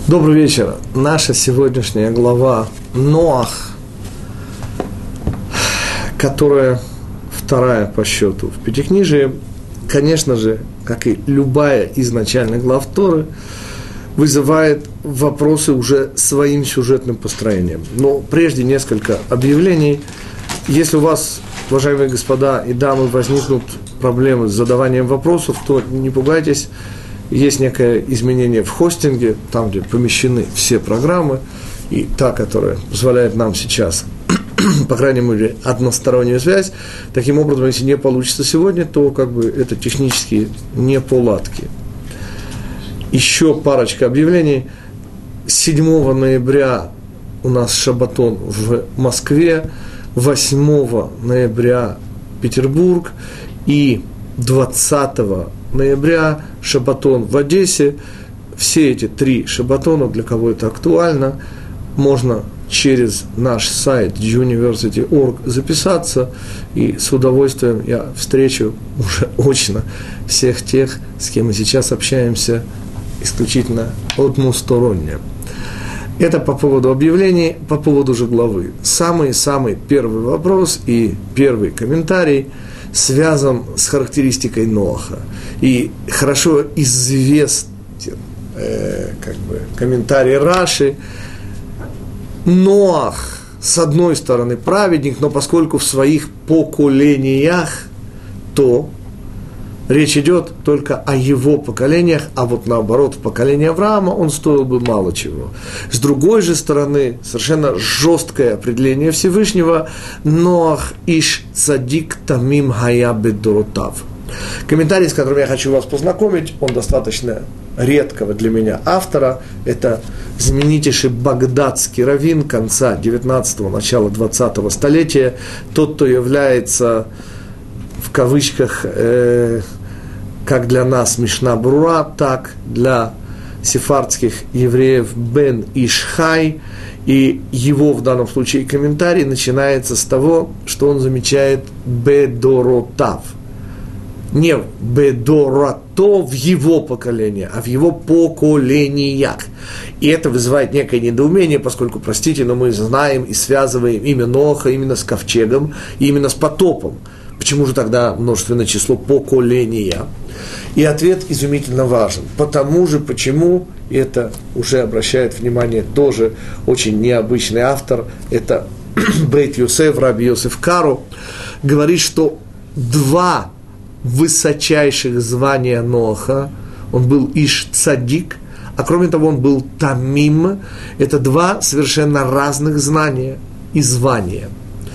Добрый вечер. Наша сегодняшняя глава Ноах, которая вторая по счету в Пятикнижии, конечно же, как и любая из начальных глав Торы, вызывает вопросы уже своим сюжетным построением. Но прежде несколько объявлений. Если у вас, уважаемые господа и дамы, возникнут проблемы с задаванием вопросов, то не пугайтесь. Есть некое изменение в хостинге, там, где помещены все программы, и та, которая позволяет нам сейчас, по крайней мере, одностороннюю связь. Таким образом, если не получится сегодня, то это технические неполадки. Еще парочка объявлений. 7 ноября у нас шаббатон в Москве, 8 ноября Петербург и 20 ноября шаббатон в Одессе. Все эти 3 шаббатона, для кого это актуально, можно через наш сайт university.org записаться, и с удовольствием я встречу уже очно всех тех, с кем мы сейчас общаемся исключительно односторонне. Это по поводу объявлений, по поводу же главы. Самый-самый первый вопрос и первый комментарий связан с характеристикой Ноаха. И хорошо известен комментарий Раши. Ноах, с одной стороны, праведник, но поскольку в своих поколениях, то речь идет только о его поколениях, а вот наоборот, в поколении Авраама он стоил бы мало чего. С другой же стороны, совершенно жесткое определение Всевышнего: Ноах иш цадик тамим хая бедоротав. Комментарий, с которым я хочу вас познакомить, он достаточно редкого для меня автора. Это знаменитейший багдадский раввин конца 19-го, начала 20-го столетия, тот, кто является, в кавычках, как для нас Мишна Брура, так для сефардских евреев Бен Иш-Хай. И его в данном случае комментарий начинается с того, что он замечает бедоротав. Не бедорото в его поколении, а в его поколениях. И это вызывает некое недоумение, поскольку, простите, но мы знаем и связываем имя Ноаха именно с ковчегом, и именно с потопом. Почему же тогда множественное число поколения? И ответ изумительно важен. Потому же, почему, и это уже обращает внимание тоже очень необычный автор, это Бейт Йосеф, Раби Йосеф Каро, говорит, что 2 высочайших звания Ноаха, он был Иш-Цадик, а кроме того он был Тамим. Это 2 совершенно разных знания и звания.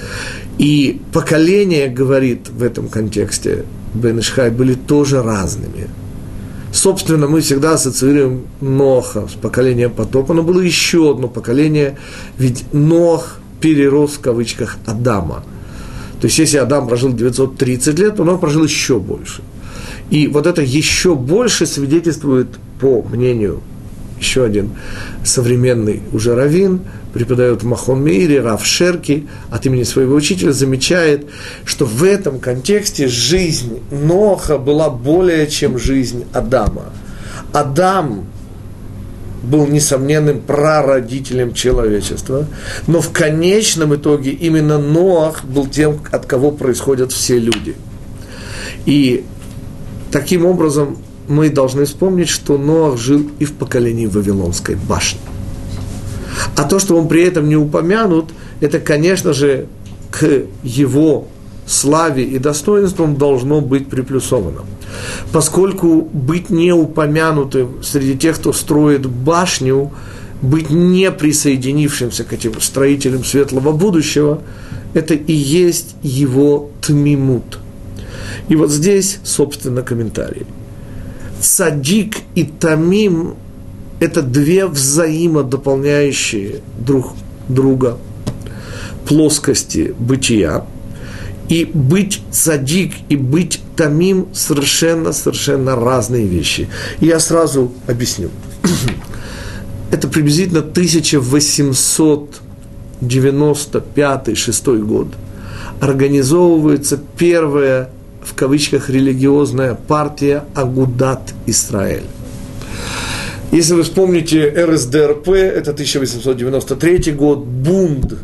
И поколения, говорит в этом контексте Бен Иш-Хай, были тоже разными. Собственно, мы всегда ассоциируем Ноаха с поколением потопа, но было еще одно поколение, ведь Ноах перерос в кавычках Адама. То есть, если Адам прожил 930 лет, то Ноах прожил еще больше. И вот это еще больше свидетельствует, по мнению еще один современный уже раввин, преподает в Махон Меире, Рав Шерки, от имени своего учителя, замечает, что в этом контексте жизнь Ноаха была более чем жизнь Адама. Адам был несомненным прародителем человечества, но в конечном итоге именно Ноах был тем, от кого происходят все люди. И таким образом мы должны вспомнить, что Ноах жил и в поколении Вавилонской башни. А то, что он при этом не упомянут, это, конечно же, к его славе и достоинствам должно быть приплюсовано. Поскольку быть не упомянутым среди тех, кто строит башню, быть не присоединившимся к этим строителям светлого будущего, это и есть его тмимут. И вот здесь, собственно, комментарий. Цадик и тамим – это 2 взаимодополняющие друг друга плоскости бытия. И быть цадик и быть тамим совершенно разные вещи. И я сразу объясню. Это приблизительно 1895-6 год. Организовывается первая, в кавычках, религиозная партия Агудат Исраэль. Если вы вспомните РСДРП, это 1893 год, Бунд,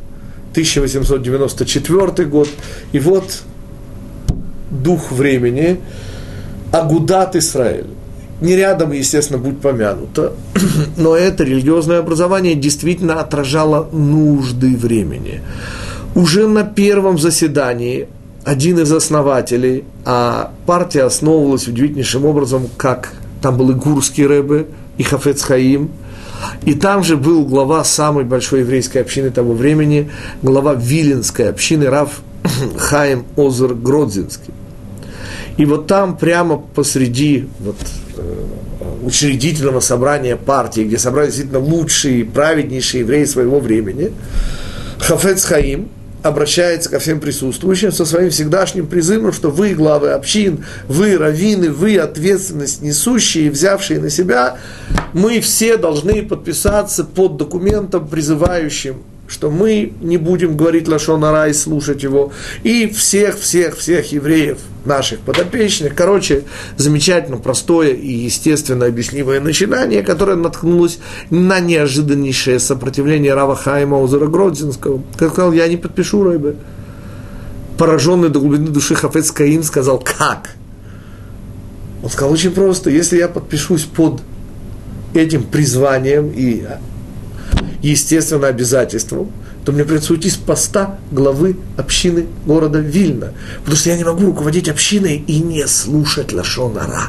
1894 год, и вот дух времени, Агудат Исраэль. Не рядом, естественно, будет помянуто, но это религиозное образование действительно отражало нужды времени. Уже на первом заседании один из основателей, а партия основывалась удивительнейшим образом, как там был и Гурский Ребе, и Хафец Хаим, и там же был глава самой большой еврейской общины того времени, глава Виленской общины, Рав Хаим Озер Гродзинский. И вот там прямо посреди учредительного собрания партии, где собрались действительно лучшие, праведнейшие евреи своего времени, Хафец Хаим обращается ко всем присутствующим со своим всегдашним призывом, что вы, главы общин, вы, раввины, вы, ответственность несущие, взявшие на себя, мы все должны подписаться под документом, призывающим, что мы не будем говорить лашон ара и слушать его, и всех евреев, наших подопечных. Короче, замечательно простое и естественно объяснимое начинание, которое наткнулось на неожиданнейшее сопротивление Рава Хаима Озера Гродзинского. Как сказал, я не подпишу, Ребе. Пораженный до глубины души Хафец Хаим сказал, как? Он сказал, очень просто, если я подпишусь под этим призванием и естественно обязательством, то мне придется уйти с поста главы общины города Вильна. Потому что я не могу руководить общиной и не слушать лашон ара.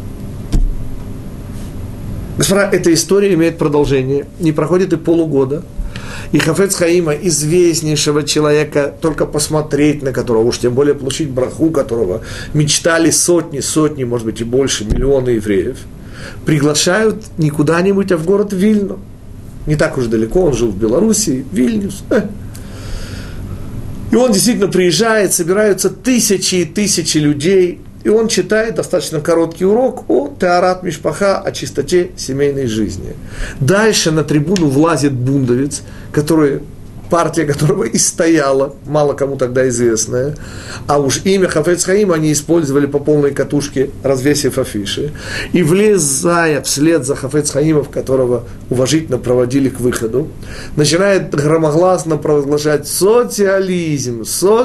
Господа, эта история имеет продолжение. Не проходит и полугода. И Хафец Хаима, известнейшего человека, только посмотреть на которого, уж тем более получить браху которого, мечтали сотни, может быть и больше, миллионы евреев, приглашают не куда-нибудь, а в город Вильну. Не так уж далеко, он жил в Белоруссии, Вильнюс. И он действительно приезжает, собираются тысячи и тысячи людей, и он читает достаточно короткий урок о Теарат Мишпаха, о чистоте семейной жизни. Дальше на трибуну влазит бундовец, партия которого и стояла, мало кому тогда известная, а уж имя Хафец Хаима они использовали по полной катушке, развесив афиши, и влезая вслед за Хафец Хаимов, которого уважительно проводили к выходу, начинает громогласно провозглашать социализм.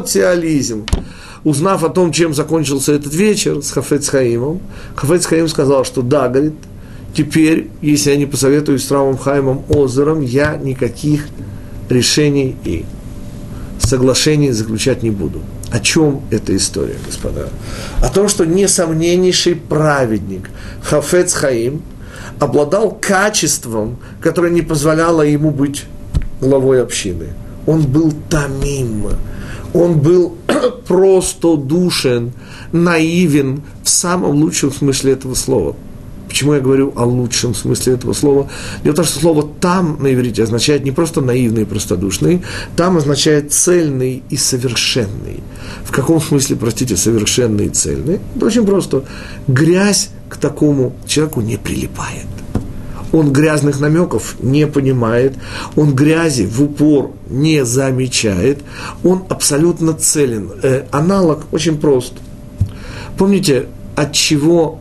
Узнав о том, чем закончился этот вечер с Хафец Хаимом, Хафец Хаим сказал, что да, говорит, теперь, если я не посоветуюсь с Равом Хаимом Озером, я никаких решений и соглашений заключать не буду. О чем эта история, господа? О том, что несомненнейший праведник Хафец Хаим обладал качеством, которое не позволяло ему быть главой общины. Он был тамим, он был простодушен, наивен в самом лучшем смысле этого слова. Почему я говорю о лучшем смысле этого слова? Дело в том, что слово «там» на иврите означает не просто наивный и простодушный, «там» означает цельный и совершенный. В каком смысле, простите, совершенный и цельный? Это очень просто. Грязь к такому человеку не прилипает. Он грязных намеков не понимает, он грязи в упор не замечает, он абсолютно целен. Аналог очень прост. Помните, от чего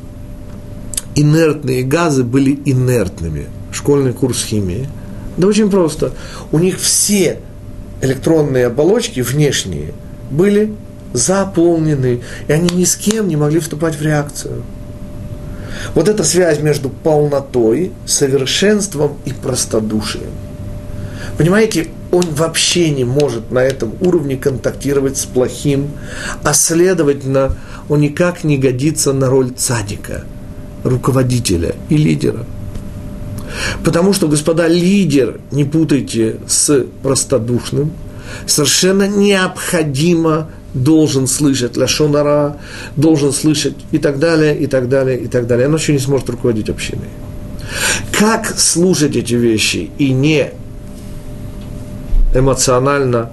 инертные газы были инертными? Школьный курс химии. Да очень просто. У них все электронные оболочки внешние были заполнены, и они ни с кем не могли вступать в реакцию. Вот эта связь между полнотой, совершенством и простодушием. Понимаете, он вообще не может на этом уровне контактировать с плохим, а следовательно, он никак не годится на роль цадика, руководителя и лидера. Потому что, господа, лидер, не путайте с простодушным, совершенно необходимо должен слышать лашон ара, должен слышать и так далее, и так далее, и так далее. Он вообще не сможет руководить общиной. Как слушать эти вещи и не эмоционально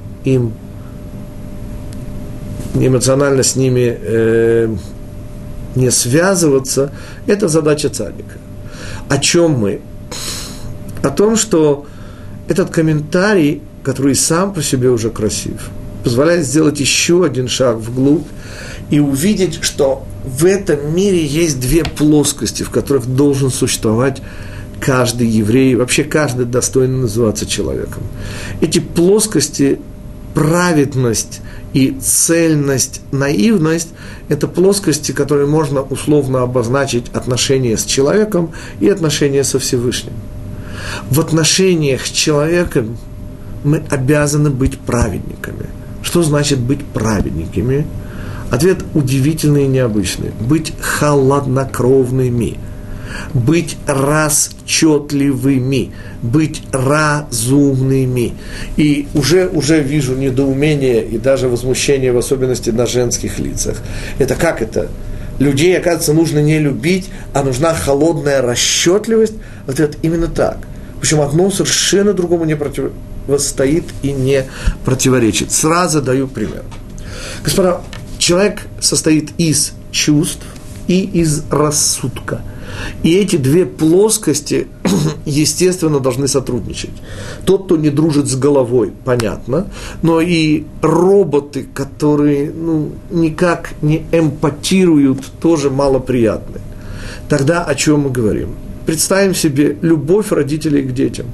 с ними не связываться, это задача цадика. О чем мы? О том, что этот комментарий, который сам по себе уже красив, позволяет сделать еще один шаг вглубь и увидеть, что в этом мире есть две плоскости, в которых должен существовать каждый еврей, вообще каждый достойно называться человеком. Эти плоскости, праведность и цельность, наивность – это плоскости, которые можно условно обозначить отношения с человеком и отношения со Всевышним. В отношениях с человеком мы обязаны быть праведниками. Что значит быть праведниками? Ответ удивительный и необычный. Быть холоднокровными, быть расчетливыми, быть разумными. И уже вижу недоумение и даже возмущение, в особенности на женских лицах. Это как это? Людей, оказывается, нужно не любить, а нужна холодная расчетливость. Ответ именно так. Причем одно совершенно другому не противостоит и не противоречит. Сразу даю пример. Господа, человек состоит из чувств и из рассудка. И эти две плоскости, естественно, должны сотрудничать. Тот, кто не дружит с головой, понятно, но и роботы, которые никак не эмпатируют, тоже малоприятны. Тогда о чем мы говорим? Представим себе любовь родителей к детям.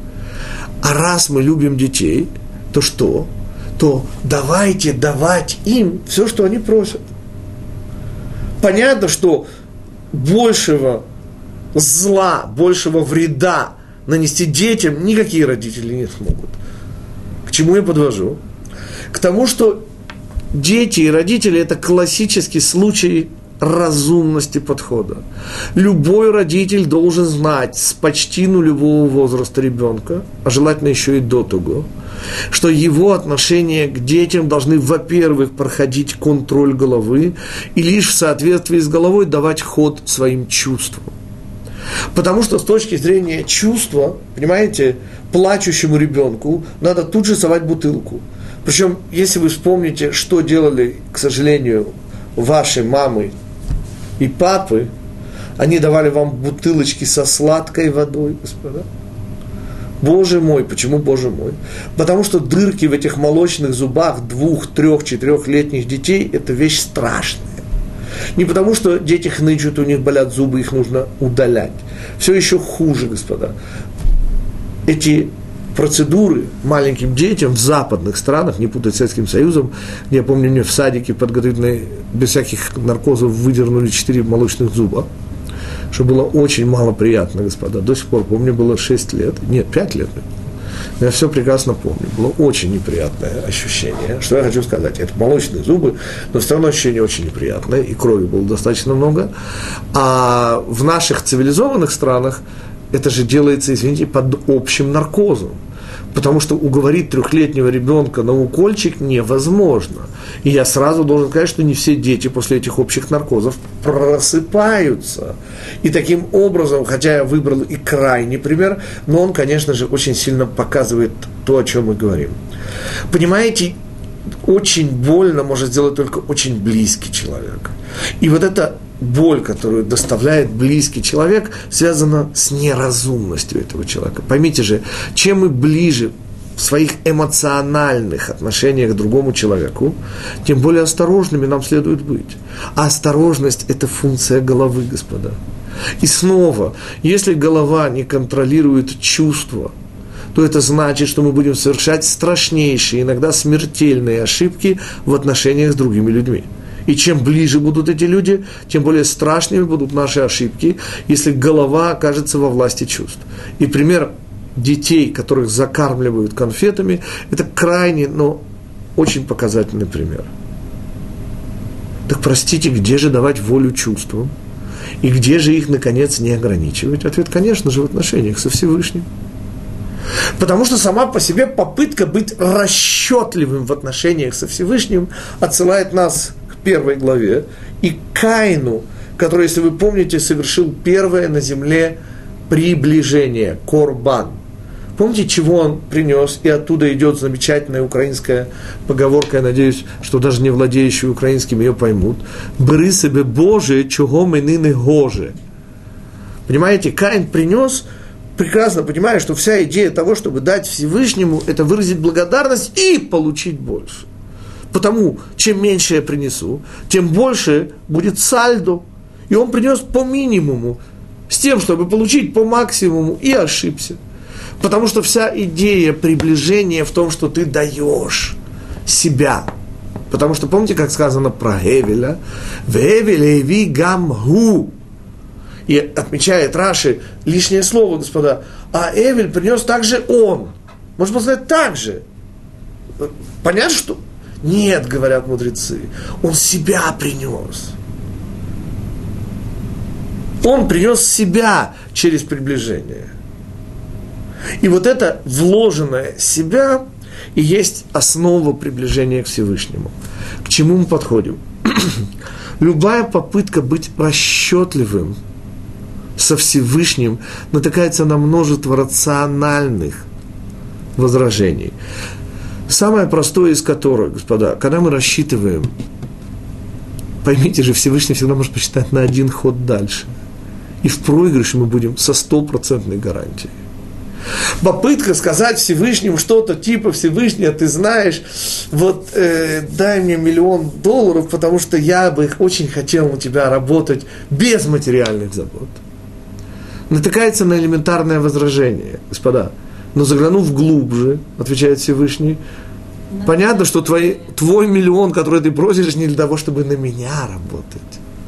А раз мы любим детей, то что? То давайте давать им все, что они просят. Понятно, что большего зла, большего вреда нанести детям никакие родители не смогут. К чему я подвожу? К тому, что дети и родители – это классический случай разумности подхода. Любой родитель должен знать с почти нулевого возраста ребенка, а желательно еще и до того, что его отношения к детям должны, во-первых, проходить контроль головы и лишь в соответствии с головой давать ход своим чувствам. Потому что с точки зрения чувства, понимаете, плачущему ребенку надо тут же совать бутылку. Причем, если вы вспомните, что делали, к сожалению, ваши мамы и папы, они давали вам бутылочки со сладкой водой, господа. Боже мой, почему Боже мой? Потому что дырки в этих молочных зубах 2, 3, 4-летних детей – это вещь страшная. Не потому что дети хнычут, у них болят зубы, их нужно удалять. Все еще хуже, господа. Эти процедуры маленьким детям в западных странах, не путать с Советским Союзом, где, я помню, мне в садике подготовительной, без всяких наркозов выдернули 4 молочных зуба, что было очень малоприятно, господа. До сих пор помню, было 6 лет, нет, 5 лет. Я все прекрасно помню. Было очень неприятное ощущение. Что я хочу сказать? Это молочные зубы, но все равно ощущение очень неприятное, и крови было достаточно много. А в наших цивилизованных странах это же делается, извините, под общим наркозом. Потому что уговорить 3-летнего ребенка на укольчик невозможно. И я сразу должен сказать, что не все дети после этих общих наркозов просыпаются. И таким образом, хотя я выбрал и крайний пример, но он, конечно же, очень сильно показывает то, о чем мы говорим. Понимаете, очень больно может сделать только очень близкий человек. И вот эта боль, которую доставляет близкий человек, связана с неразумностью этого человека. Поймите же, чем мы ближе в своих эмоциональных отношениях к другому человеку, тем более осторожными нам следует быть. А осторожность – это функция головы, господа. И снова, если голова не контролирует чувства, то это значит, что мы будем совершать страшнейшие, иногда смертельные ошибки в отношениях с другими людьми. И чем ближе будут эти люди, тем более страшными будут наши ошибки, если голова окажется во власти чувств. И пример детей, которых закармливают конфетами, это крайне, но очень показательный пример. Так простите, где же давать волю чувствам? И где же их, наконец, не ограничивать? Ответ, конечно же, в отношениях со Всевышним. Потому что сама по себе попытка быть расчетливым в отношениях со Всевышним отсылает нас к 1 главе и к Каину, который, если вы помните, совершил первое на земле приближение, корбан. Помните, чего он принес? И оттуда идет замечательная украинская поговорка, я надеюсь, что даже не владеющие украинским ее поймут. «Бери себе Боже, чого мені не гоже». Понимаете, Каин принес, прекрасно понимая, что вся идея того, чтобы дать Всевышнему, это выразить благодарность и получить больше. Потому, чем меньше я принесу, тем больше будет сальдо. И он принес по минимуму. с тем, чтобы получить по максимуму, и ошибся. Потому что вся идея приближения в том, что ты даешь себя. Потому что помните, как сказано про Эвеля? «Вэвель эви гам гу». И отмечает Раши лишнее слово, господа. А Эвель принес также он. Можно сказать так же. Понятно, что? Нет, говорят мудрецы. Он себя принес. Он принес себя через приближение. И вот это вложенное себя и есть основа приближения к Всевышнему. К чему мы подходим? Любая попытка быть расчетливым со Всевышним натыкается на множество рациональных возражений. Самое простое из которых, господа, когда мы рассчитываем, поймите же, Всевышний всегда может посчитать на один ход дальше. И в проигрыше мы будем со 100% гарантией. Попытка сказать Всевышнему что-то типа: Всевышний, ты знаешь, вот дай мне $1 миллион, потому что я бы очень хотел у тебя работать без материальных забот. Натыкается на элементарное возражение, господа. Но заглянув глубже, отвечает Всевышний, понятно, что твой $1 миллион, который ты просишь, не для того, чтобы на меня работать.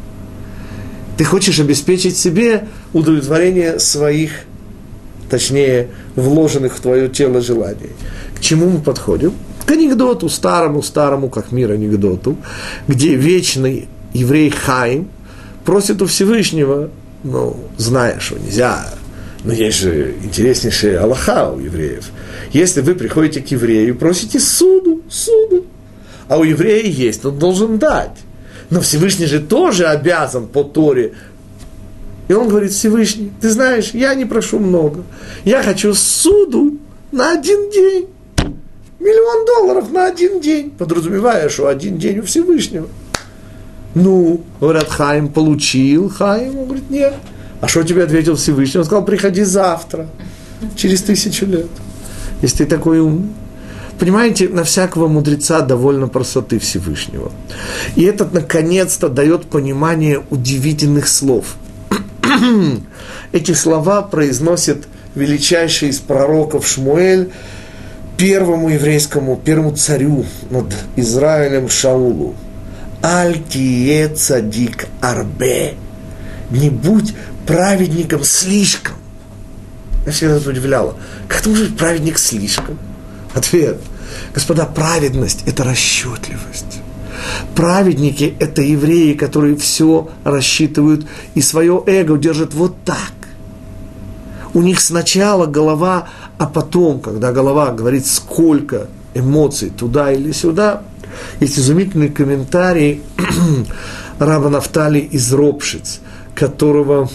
Ты хочешь обеспечить себе удовлетворение своих, точнее, вложенных в твое тело желаний. К чему мы подходим? К анекдоту, старому, как мир анекдоту, где вечный еврей Хаим просит у Всевышнего, зная, что нельзя, но есть же интереснейшая алаха у евреев. Если вы приходите к еврею, просите суду, а у еврея есть, он должен дать. Но Всевышний же тоже обязан по Торе. И он говорит: Всевышний, ты знаешь, я не прошу много. Я хочу суду на 1 день. $1 миллион на 1 день. Подразумевая, что 1 день у Всевышнего. Говорят, Хаим получил. Хаим, он говорит: нет. А что тебе ответил Всевышний? Он сказал: приходи завтра, через 1000 лет. Если ты такой умный. Понимаете, на всякого мудреца довольно простоты Всевышнего. И это, наконец-то, дает понимание удивительных слов. Эти слова произносит величайший из пророков Шмуэль первому царю над Израилем Шаулу. «Аль тие цадик арбе». Не будь праведником слишком. Я всегда это удивляло. Как это может быть праведник слишком? Ответ. Господа, праведность – это расчетливость. Праведники – это евреи, которые все рассчитывают и свое эго держат вот так. У них сначала голова, а потом, когда голова говорит, сколько эмоций туда или сюда, есть изумительный комментарий раба Нафтали из Ропшиц, которого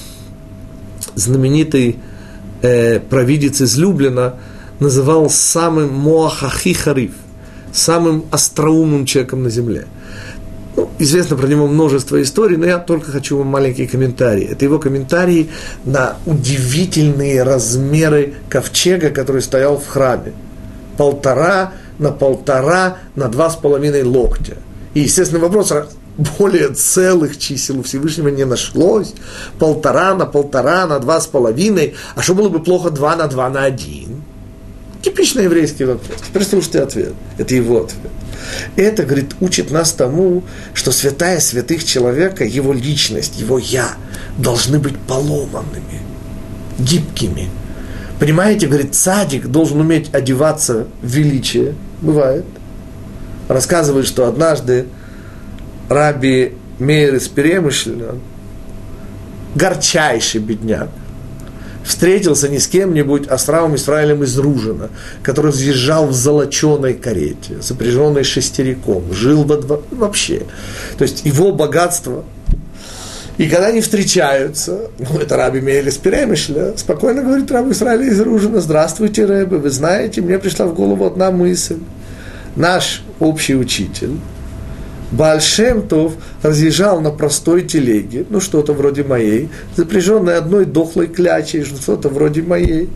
знаменитый провидец из Люблина называл самым моахахи хариф, самым остроумным человеком на земле. Известно про него множество историй, но я только хочу вам маленький комментарий. Это его комментарий на удивительные размеры ковчега, который стоял в храме. 1,5 на 1,5 на 2,5 локтя. И, естественно, вопрос, более целых чисел у Всевышнего не нашлось. 1,5 на 1,5 на 2,5. А что было бы плохо 2 на 2 на 1? Типичный еврейский вопрос. Теперь слушайте ответ. Это его ответ. Это, говорит, учит нас тому, что святая святых человека, его личность, его «я» должны быть поломанными, гибкими. Понимаете, говорит, цадик должен уметь одеваться в величие. Бывает. Рассказывает, что однажды Раби Меир из Перемышля, горчайший бедняк, встретился не с кем-нибудь, а с Равом Исраилем из Ружина, который взъезжал в золоченой карете, запряженной шестериком, жил во дворе, вообще. То есть его богатство. И когда они встречаются, это Раби Меир из Перемышля, спокойно говорит Рав Исраиль из Ружина: здравствуйте, Ребе, вы знаете, мне пришла в голову одна мысль. Наш общий учитель Бааль Шем Тов разъезжал на простой телеге, что-то вроде моей, запряженной одной дохлой клячей, что-то вроде моей.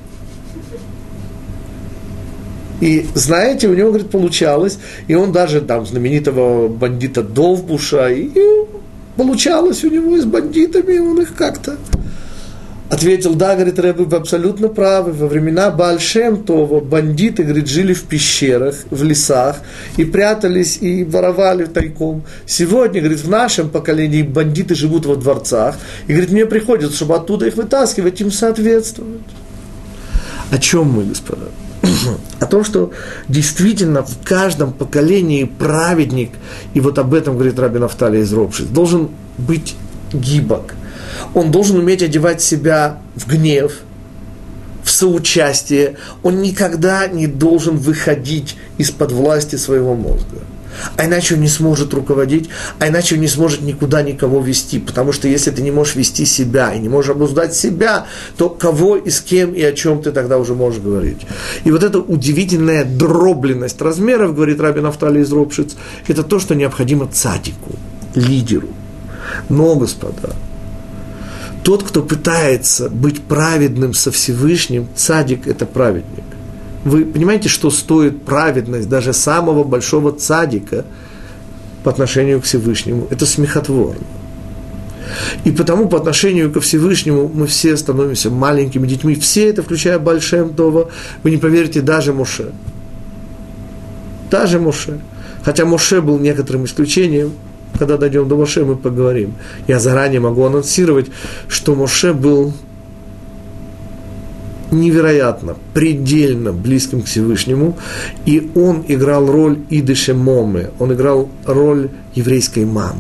И знаете, у него, говорит, получалось, и он даже там знаменитого бандита Довбуша, и получалось у него и с бандитами, он их как-то Ответил, да, говорит Ребе, вы абсолютно правы. Во времена Бааль Шем Това бандиты, говорит, жили в пещерах, в лесах и прятались, и воровали тайком. Сегодня, говорит, в нашем поколении бандиты живут во дворцах. И, говорит, мне приходится, чтобы оттуда их вытаскивать, им соответствует. О чем мы, господа? О том, что действительно в каждом поколении праведник, и вот об этом говорит Раби Нафтали из Ропшиц, должен быть гибок. Он должен уметь одевать себя в гнев, в соучастие. Он никогда не должен выходить из-под власти своего мозга. А иначе он не сможет руководить, а иначе он не сможет никуда никого вести. Потому что если ты не можешь вести себя и не можешь обуздать себя, то кого и с кем и о чем ты тогда уже можешь говорить. И вот эта удивительная дробленность размеров, говорит Раби Нафтали из Ропшиц, это то, что необходимо цадику, лидеру. Но, господа, тот, кто пытается быть праведным со Всевышним, цадик – это праведник. Вы понимаете, что стоит праведность даже самого большого цадика по отношению к Всевышнему? Это смехотворно. И потому по отношению ко Всевышнему мы все становимся маленькими детьми. Все это, включая Бааль Шем Това, вы не поверите, даже Моше. Даже Моше. Хотя Моше был некоторым исключением. Когда дойдем до Моше, мы поговорим. Я заранее могу анонсировать, что Моше был невероятно, предельно близким к Всевышнему, и он играл роль идыше момы, он играл роль еврейской мамы.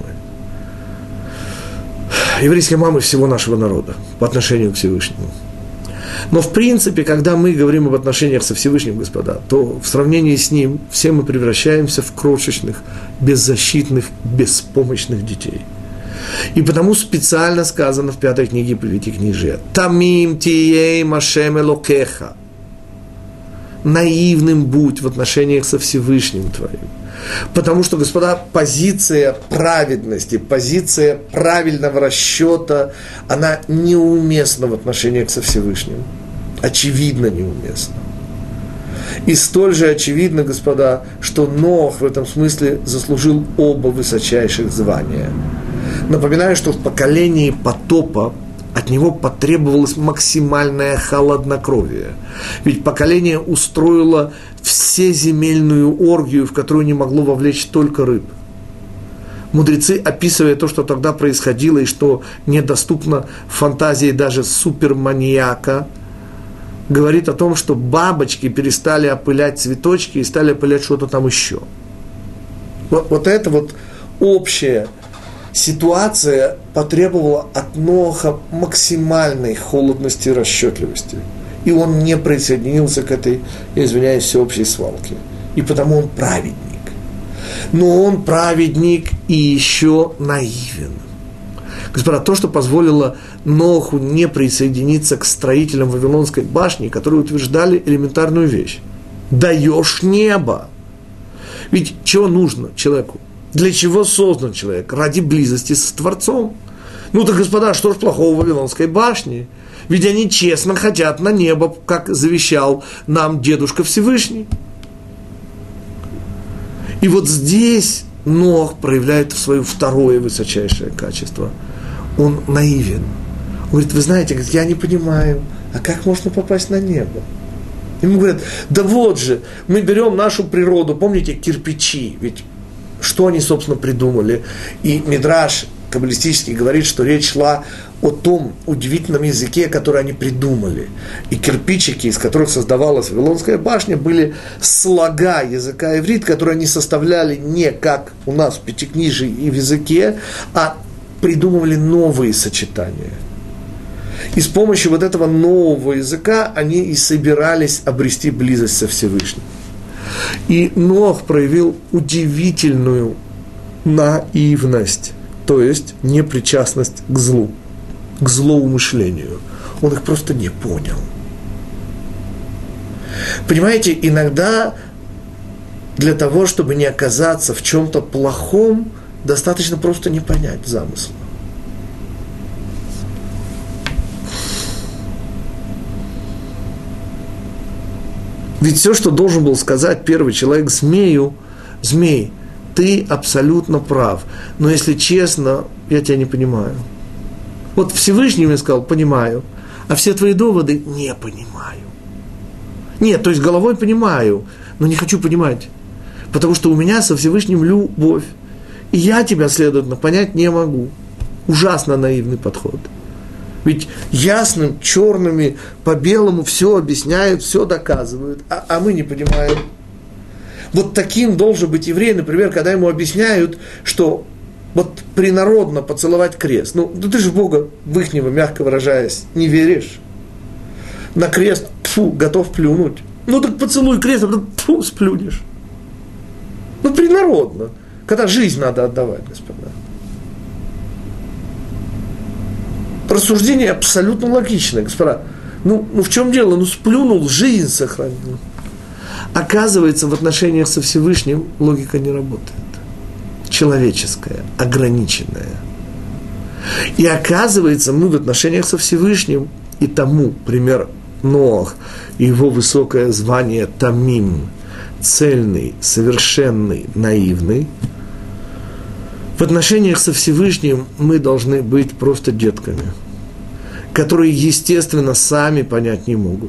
Еврейской мамы всего нашего народа по отношению к Всевышнему. Но в принципе, когда мы говорим об отношениях со Всевышним, господа, то в сравнении с ним все мы превращаемся в крошечных, беззащитных, беспомощных детей. И потому специально сказано в 5 книге Пятикнижия: «Тамим тией машем элокеха». Наивным будь в отношениях со Всевышним твоим. Потому что, господа, позиция праведности, позиция правильного расчета, она неуместна в отношениях со Всевышним. Очевидно неуместна. И столь же очевидно, господа, что Ноах в этом смысле заслужил оба высочайших звания. Напоминаю, что в поколении потопа от него потребовалось максимальное холоднокровие. Ведь поколение устроило всеземельную оргию, в которую не могло вовлечь только рыб. Мудрецы, описывая то, что тогда происходило и что недоступно фантазии даже суперманьяка, говорит о том, что бабочки перестали опылять цветочки и стали опылять что-то там еще. Вот это вот общее ситуация потребовала от Ноаха максимальной холодности и расчетливости. И он не присоединился к этой, я извиняюсь, всеобщей свалке. И потому он праведник. Но он праведник и еще наивен. Господа, то, что позволило Ноаху не присоединиться к строителям Вавилонской башни, которые утверждали элементарную вещь. Даешь небо. Ведь чего нужно человеку? Для чего создан человек? Ради близости с Творцом. Ну так, господа, что ж плохого в Вавилонской башне? Ведь они честно хотят на небо, как завещал нам Дедушка Всевышний. И вот здесь Ноах проявляет свое второе высочайшее качество. Он наивен. Он говорит, вы знаете, я не понимаю, а как можно попасть на небо? Ему говорят, да вот же, мы берем нашу природу, помните, кирпичи, ведь что они, собственно, придумали? И Мидраш каббалистический говорит, что речь шла о том удивительном языке, который они придумали. И кирпичики, из которых создавалась Вавилонская башня, были слога языка иврит, которые они составляли не как у нас в Пятикнижии и в языке, а придумывали новые сочетания. И с помощью вот этого нового языка они и собирались обрести близость со Всевышним. И Ноах проявил удивительную наивность, то есть непричастность к злу, к злоумышлению. Он их просто не понял. Понимаете, иногда для того, чтобы не оказаться в чем-то плохом, достаточно просто не понять замысла. Ведь все, что должен был сказать первый человек змею: змей, ты абсолютно прав, но если честно, я тебя не понимаю. Вот Всевышний мне сказал, понимаю, а все твои доводы не понимаю. Нет, то есть головой понимаю, но не хочу понимать, потому что у меня со Всевышним любовь, и я тебя, следовательно, понять не могу. Ужасно наивный подход. Ведь ясным, черными, по белому все объясняют, все доказывают, а мы не понимаем. Вот таким должен быть еврей, например, когда ему объясняют, что вот принародно поцеловать крест. Ну, ты же в Бога, в ихнего, мягко выражаясь, не веришь. На крест, готов плюнуть. Ну, так поцелуй крест, а потом, сплюнешь. Ну, принародно. Когда жизнь надо отдавать, господа. Рассуждение абсолютно логичное, господа. Ну, в чем дело? Ну, сплюнул, жизнь сохранил. Оказывается, в отношениях со Всевышним логика не работает. Человеческая, ограниченная. И оказывается, мы в отношениях со Всевышним, и тому пример Ноах, и его высокое звание Тамим, цельный, совершенный, наивный, в отношениях со Всевышним мы должны быть просто детками, которые, естественно, сами понять не могут.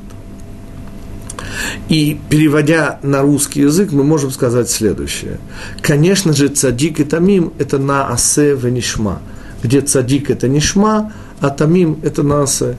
И переводя на русский язык, мы можем сказать следующее. Конечно же, цадик и тамим – это наасе венишма, где цадик – это нишма, а тамим – это наасе.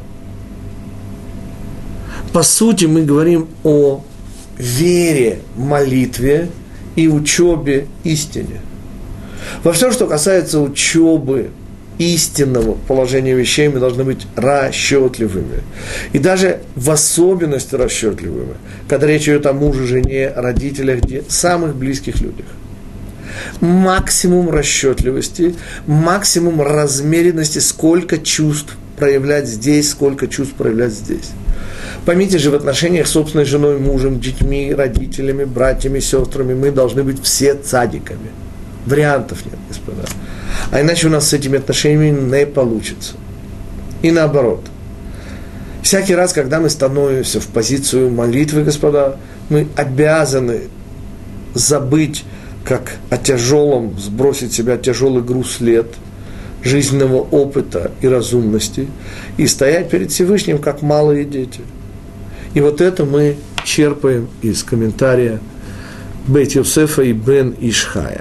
По сути, мы говорим о вере, молитве и учебе истине. Во всем, что касается учебы истинного положения вещей, мы должны быть расчетливыми. И даже в особенности расчетливыми, когда речь идет о муже, жене, родителях, самых близких людях. Максимум расчетливости, максимум размеренности, сколько чувств проявлять здесь, сколько чувств проявлять здесь. Поймите же, в отношениях с собственной женой, мужем, детьми, родителями, братьями, сестрами мы должны быть все цадиками. Вариантов нет, господа. А иначе у нас с этими отношениями не получится. И наоборот. Всякий раз, когда мы становимся в позицию молитвы, господа, мы обязаны забыть, как о тяжелом, сбросить с себя тяжелый груз лет, жизненного опыта и разумности, и стоять перед Всевышним, как малые дети. И вот это мы черпаем из комментария Бейт Йосефа и Бен Ишхая.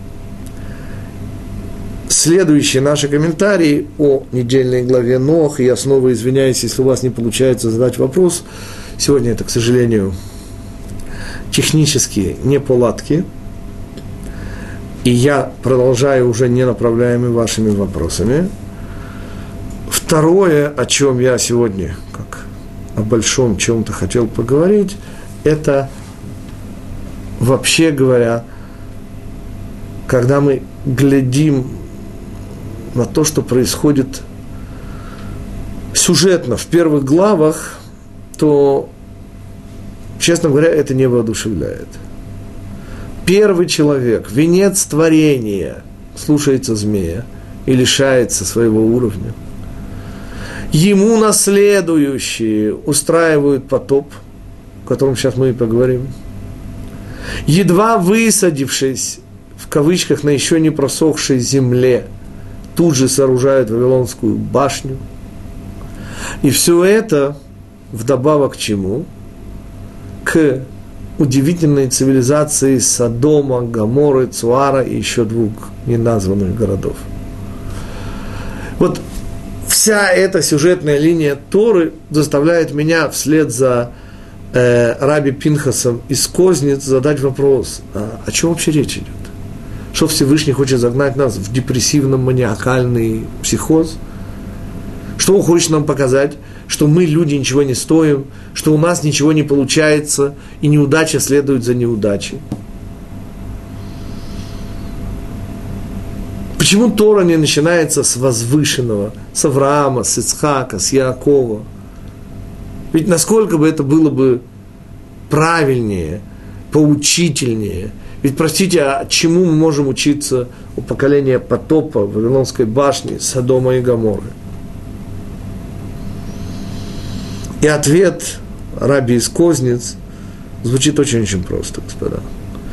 Следующие наши комментарии о недельной главе Ноах, и я снова извиняюсь, если у вас не получается задать вопрос. Сегодня это, к сожалению, технические неполадки, и я продолжаю уже не направляемыми вашими вопросами. Второе, о чем я сегодня, как о большом чем-то хотел поговорить, это, вообще говоря, когда мы глядим на то, что происходит сюжетно в первых главах, то, честно говоря, это не воодушевляет. Первый человек, венец творения, слушается змея и лишается своего уровня. Ему наследующие устраивают потоп, о котором сейчас мы и поговорим. Едва высадившись, в кавычках, на еще не просохшей земле, тут же сооружают Вавилонскую башню. И все это вдобавок к чему? К удивительной цивилизации Содома, Гоморры, Цуара и еще двух неназванных городов. Вот вся эта сюжетная линия Торы заставляет меня вслед за Раби Пинхасом из Козниц задать вопрос, о чем вообще речь идет? Что Всевышний хочет загнать нас в депрессивно-маниакальный психоз? Что он хочет нам показать? Что мы, люди, ничего не стоим, что у нас ничего не получается, и неудача следует за неудачей. Почему Тора не начинается с возвышенного, с Авраама, с Ицхака, с Яакова? Ведь насколько бы это было бы правильнее, поучительнее. Ведь, простите, а чему мы можем учиться у поколения потопа, Вавилонской башни, Содома и Гоморры? И ответ Раби из Козниц звучит очень-очень просто, господа.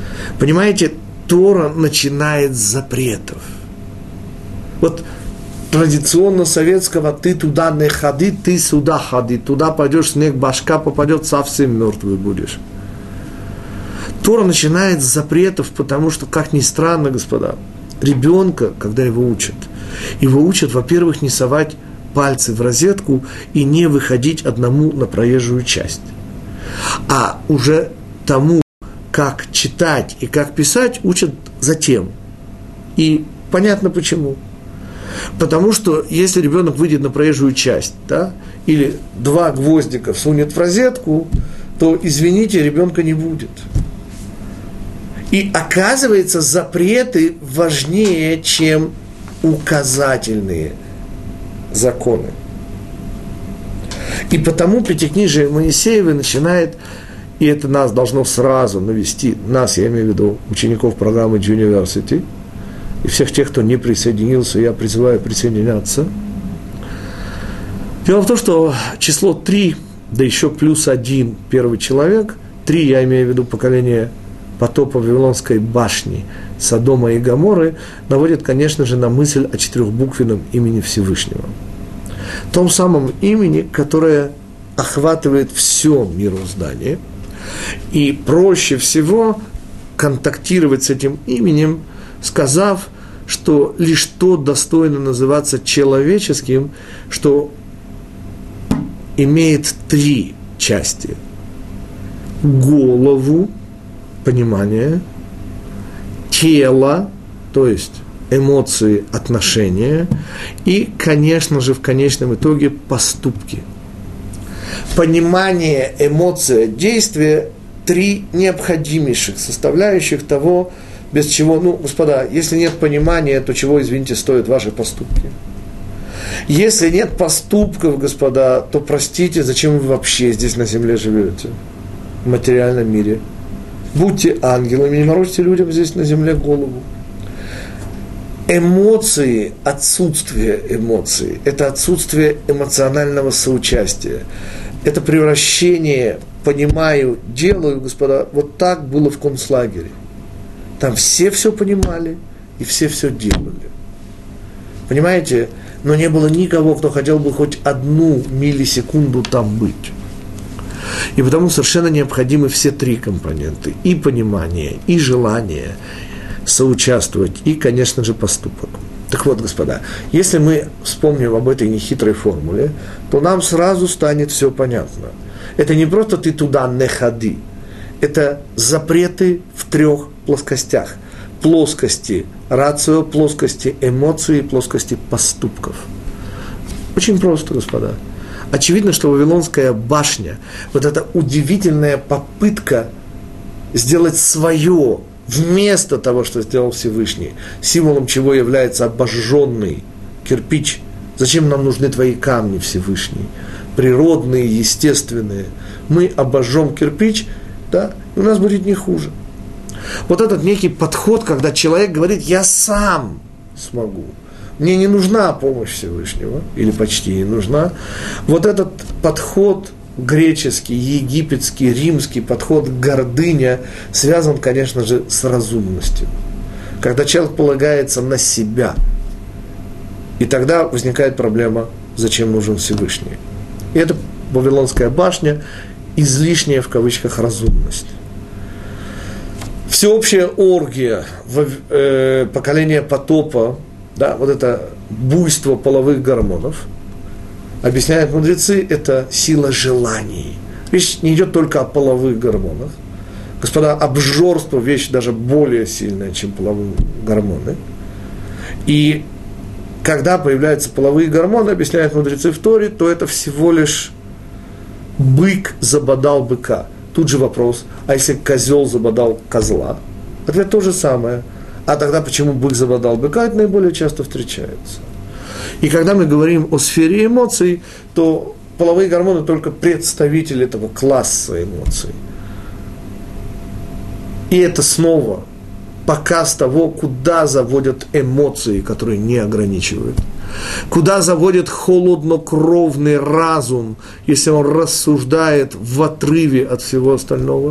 Понимаете, Тора начинает с запретов. Вот традиционно советского «ты туда не ходи, ты сюда ходи», туда пойдешь, снег, башка попадет, совсем мертвый будешь. Тора начинает с запретов, потому что, как ни странно, господа, ребенка, когда его учат, во-первых, не совать пальцы в розетку и не выходить одному на проезжую часть. А уже тому, как читать и как писать, учат затем. И понятно почему. Потому что если ребенок выйдет на проезжую часть, да, или 2 гвоздика всунет в розетку, то, извините, ребенка не будет. И оказывается, запреты важнее, чем указательные законы. И потому Пятикнижие Моисеева начинает, и это нас должно сразу навести, нас, я имею в виду учеников программы G-University, и всех тех, кто не присоединился, я призываю присоединяться. Дело в том, что число 3, да еще плюс 1 первый человек, 3, я имею в виду поколение потопа Вавилонской башни, Содома и Гоморры, наводит, конечно же, на мысль о 4-буквенном имени Всевышнего. Том самом имени, которое охватывает все мироздание. И проще всего контактировать с этим именем, сказав, что лишь то достойно называться человеческим, что имеет 3 части. Голову, понимание, тело, то есть эмоции, отношения, и, конечно же, в конечном итоге поступки. Понимание, эмоция, действие – 3 необходимейших составляющих того, без чего, господа, если нет понимания, то чего, извините, стоят ваши поступки? Если нет поступков, господа, то, простите, зачем вы вообще здесь на земле живете, в материальном мире? Будьте ангелами, не морочьте людям здесь на земле голову. Эмоции, отсутствие эмоций, это отсутствие эмоционального соучастия. Это превращение, понимаю, делаю, господа, вот так было в концлагере. Там все понимали и все делали. Понимаете? Но не было никого, кто хотел бы хоть 1 миллисекунду там быть. И потому совершенно необходимы все 3 компоненты. И понимание, и желание соучаствовать, и, конечно же, поступок. Так вот, господа, если мы вспомним об этой нехитрой формуле, то нам сразу станет все понятно. Это не просто «ты туда не ходи». Это запреты в 3 плоскостях. Плоскости рацио, плоскости эмоций, плоскости поступков. Очень просто, господа. Очевидно, что Вавилонская башня, вот эта удивительная попытка сделать свое вместо того, что сделал Всевышний, символом чего является обожженный кирпич. Зачем нам нужны твои камни, Всевышний? Природные, естественные. Мы обожжем кирпич, да, и у нас будет не хуже. Вот этот некий подход, когда человек говорит, я сам смогу. Мне не нужна помощь Всевышнего, или почти не нужна. Вот этот подход греческий, египетский, римский подход гордыня связан, конечно же, с разумностью. Когда человек полагается на себя, и тогда возникает проблема, зачем нужен Всевышний. И это Вавилонская башня, излишняя в кавычках разумность. Всеобщая оргия поколения потопа, да, вот это буйство половых гормонов, объясняют мудрецы, это сила желаний. Речь не идет только о половых гормонах. Господа, обжорство – вещь даже более сильная, чем половые гормоны. И когда появляются половые гормоны, объясняют мудрецы в Торе, то это всего лишь бык забодал быка. Тут же вопрос, а если козел забодал козла? Ответ то же самое. А тогда почему бык забодал быка, это наиболее часто встречается. И когда мы говорим о сфере эмоций, то половые гормоны только представители этого класса эмоций. И это снова показ того, куда заводят эмоции, которые не ограничивают. Куда заводит холоднокровный разум, если он рассуждает в отрыве от всего остального.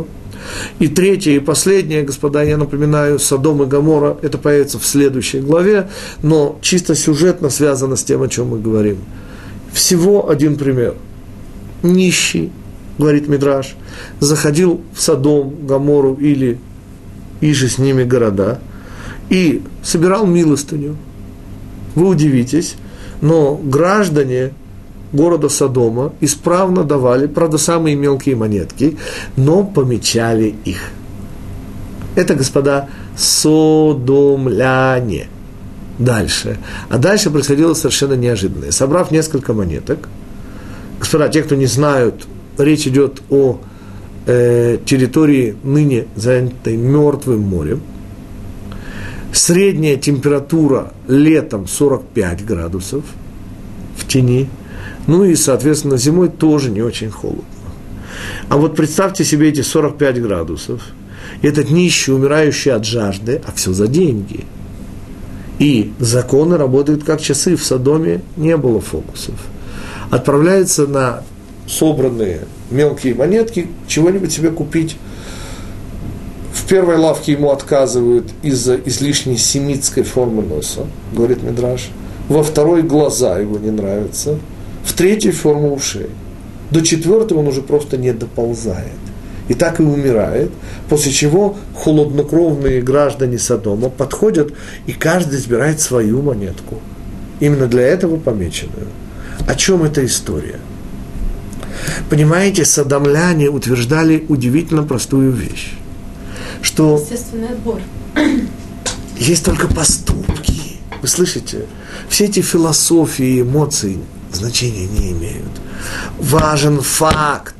И третье и последнее, господа, я напоминаю, Содом и Гоморра, это появится в следующей главе, но чисто сюжетно связано с тем, о чем мы говорим. Всего один пример. Нищий, говорит Мидраш, заходил в Содом, Гоморру или иже с ними города и собирал милостыню. Вы удивитесь, но граждане города Содома исправно давали, правда, самые мелкие монетки, но помечали их. Это, господа, содомляне. Дальше. А дальше происходило совершенно неожиданное. Собрав несколько монеток, господа, те, кто не знают, речь идет о территории, ныне занятой Мертвым морем. Средняя температура летом 45 градусов в тени. Ну и, соответственно, зимой тоже не очень холодно. А вот представьте себе эти 45 градусов. Этот нищий, умирающий от жажды, а все за деньги. И законы работают как часы. В Содоме не было фокусов. Отправляется на собранные мелкие монетки чего-нибудь себе купить. В первой лавке ему отказывают из-за излишней семитской формы носа, говорит Мидраш. Во второй глаза его не нравятся. В третьей форма ушей. До четвертой он уже просто не доползает. И так и умирает, после чего холоднокровные граждане Содома подходят, и каждый избирает свою монетку. Именно для этого помеченную. О чем эта история? Понимаете, содомляне утверждали удивительно простую вещь, что естественный отбор. Есть только поступки. Вы слышите? Все эти философии и эмоции значения не имеют. Важен факт.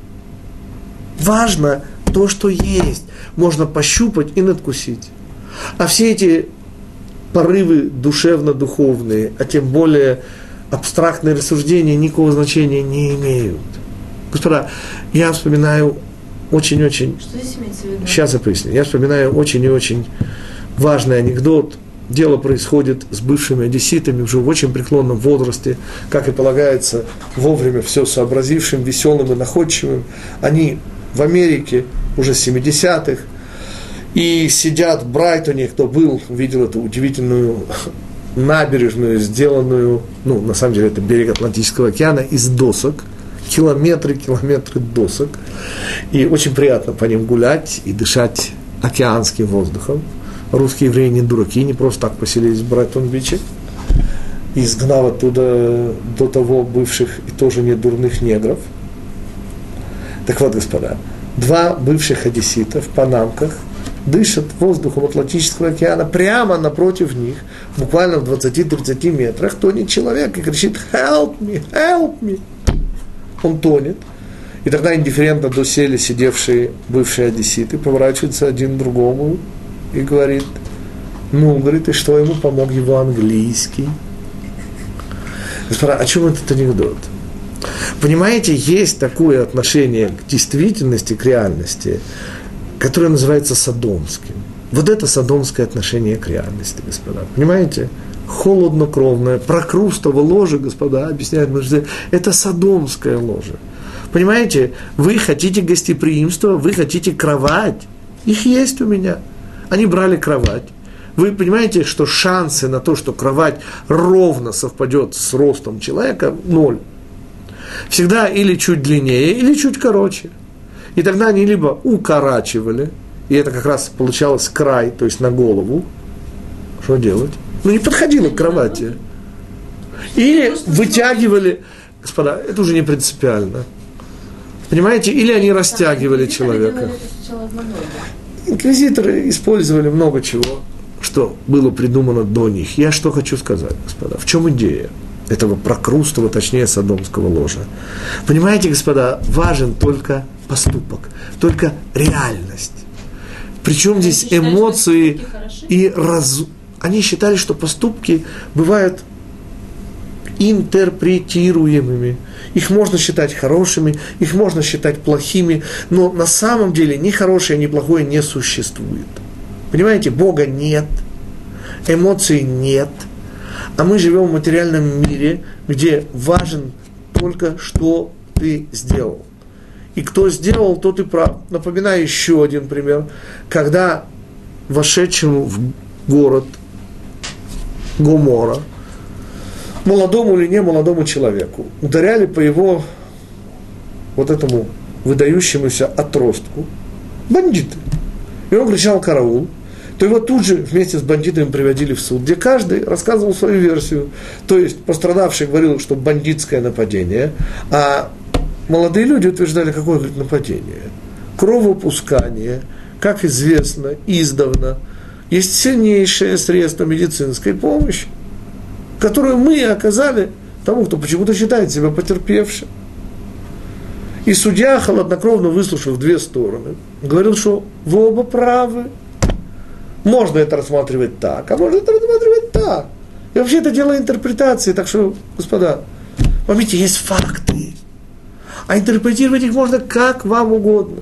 Важно то, что есть. Можно пощупать и надкусить. А все эти порывы душевно-духовные, а тем более абстрактные рассуждения никакого значения не имеют. Господа, я вспоминаю очень-очень... Что здесь имеется в виду? Сейчас я поясню. Я вспоминаю очень и очень важный анекдот. Дело происходит с бывшими одесситами уже в очень преклонном возрасте, как и полагается, вовремя все сообразившим, веселым и находчивым. Они в Америке уже с 70-х, и сидят в Брайтоне, кто был, видел эту удивительную набережную, сделанную, ну, на самом деле, это берег Атлантического океана, из досок, километры досок, и очень приятно по ним гулять и дышать океанским воздухом. Русские евреи не дураки, не просто так поселились в Брайтон-Биче, изгнав оттуда до того бывших и тоже не дурных негров. Так вот, господа, два бывших одессита в панамках дышат воздухом Атлантического океана прямо напротив них, буквально в 20-30 метрах, тонет человек и кричит «Help me! Help me!». Он тонет. И тогда индифферентно доселе сидевшие бывшие одесситы поворачиваются один к другому и говорит, говорит, и что ему помог его английский? Господа, о чем этот анекдот? Понимаете, есть такое отношение к действительности, к реальности, которое называется содомским. Вот это содомское отношение к реальности, господа. Понимаете? Холоднокровное, прокрустово ложе, господа, объясняют, это содомское ложе. Понимаете, вы хотите гостеприимства, вы хотите кровать. Их есть у меня. Они брали кровать. Вы понимаете, что шансы на то, что кровать ровно совпадет с ростом человека, 0. Всегда или чуть длиннее, или чуть короче. И тогда они либо укорачивали, и это как раз получалось край, то есть на голову. Что делать? Не подходило к кровати. Или вытягивали, господа, это уже не принципиально. Понимаете, или они растягивали человека. Инквизиторы использовали много чего, что было придумано до них. Я что хочу сказать, господа, в чем идея этого прокрустого, точнее, содомского ложа? Понимаете, господа, важен только поступок, только реальность. Причем здесь эмоции и разум. Они считали, что поступки бывают интерпретируемыми. Их можно считать хорошими, их можно считать плохими, но на самом деле ни хорошее, ни плохое не существует. Понимаете, Бога нет, эмоций нет, а мы живем в материальном мире, где важен только, что ты сделал. и кто сделал, тот и прав. Напоминаю еще один пример, когда вошедшему в город Гомора, молодому или не молодому человеку, ударяли по его вот этому выдающемуся отростку бандиты. И он кричал «караул», то его тут же вместе с бандитами приводили в суд, где каждый рассказывал свою версию. То есть пострадавший говорил, что бандитское нападение, а молодые люди утверждали, какое нападение. Кровопускание, как известно, издавна, есть сильнейшее средство медицинской помощи, которую мы оказали тому, кто почему-то считает себя потерпевшим. И судья, холоднокровно выслушав две стороны, говорил, что вы оба правы. Можно это рассматривать так, а можно это рассматривать так. И вообще это дело интерпретации. Так что, господа, поймите, есть факты. А интерпретировать их можно как вам угодно.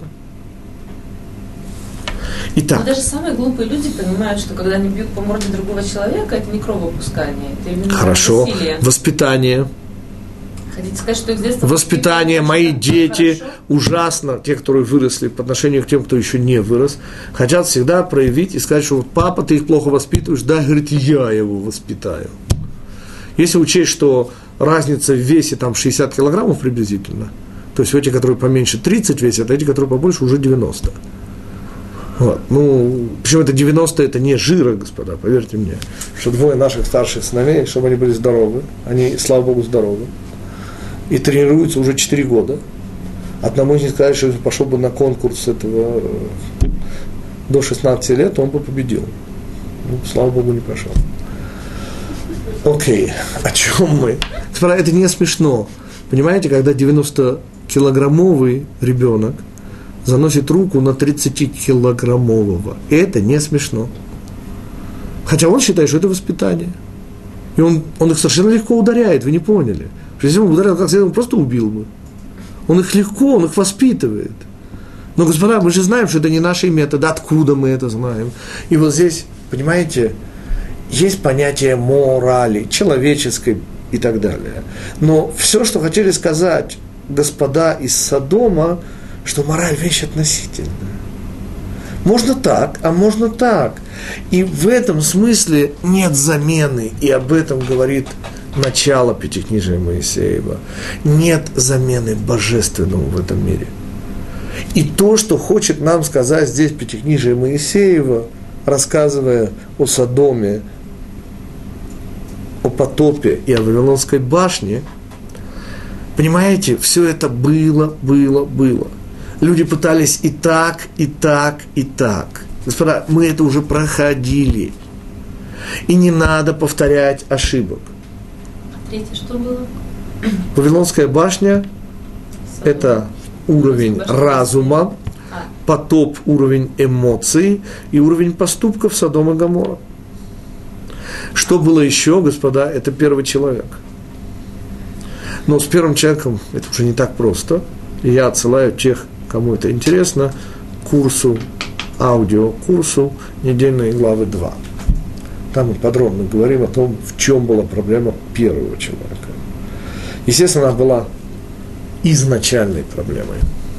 Итак. Но даже самые глупые люди понимают, что когда они бьют по морде другого человека, это не кровопускание, это именно насилие. Воспитание. Хотите сказать, что их с детства... Воспитание, мои дети, ужасно, те, которые выросли по отношению к тем, кто еще не вырос, хотят всегда проявить и сказать, что вот папа, ты их плохо воспитываешь, да, говорит, я его воспитаю. Если учесть, что разница в весе там 60 килограммов приблизительно, то есть эти, которые поменьше 30 весят, а эти, которые побольше, уже 90. Вот. Ну, причем это 90, это не жира, господа, поверьте мне, что двое наших старших сыновей, чтобы они были здоровы, они, слава Богу, здоровы, и тренируются уже 4 года. Одному из них сказали, что если пошел бы на конкурс этого до 16 лет, он бы победил. Ну, слава Богу, не пошел. Окей, о чем мы? Это не смешно. Понимаете, когда 90-килограммовый ребенок заносит руку на 30-килограммового. Это не смешно. Хотя он считает, что это воспитание. И он их совершенно легко ударяет, вы не поняли. Если он ударил как следует, он просто убил бы. Он их легко, он их воспитывает. Но, господа, мы же знаем, что это не наши методы. Откуда мы это знаем? И вот здесь, понимаете, есть понятие морали, человеческой и так далее. Но все, что хотели сказать господа из Содома, что мораль – вещь относительная. Можно так, а можно так. И в этом смысле нет замены, и об этом говорит начало Пятикнижия Моисеева. Нет замены божественному в этом мире. И то, что хочет нам сказать здесь Пятикнижие Моисеева, рассказывая о Содоме, о потопе и о Вавилонской башне, понимаете, все это было. Люди пытались и так, и так, и так. Господа, мы это уже проходили. И не надо повторять ошибок. Третье, что было? Вавилонская башня – это уровень разума, потоп – уровень эмоций и уровень поступков Содома и Гоморра. Что было еще, господа, это первый человек. Но с первым человеком это уже не так просто. И я отсылаю тех, кому это интересно, к курсу, аудиокурсу недельной главы 2. Там мы подробно говорим о том, в чем была проблема первого человека. Естественно, она была изначальной проблемой.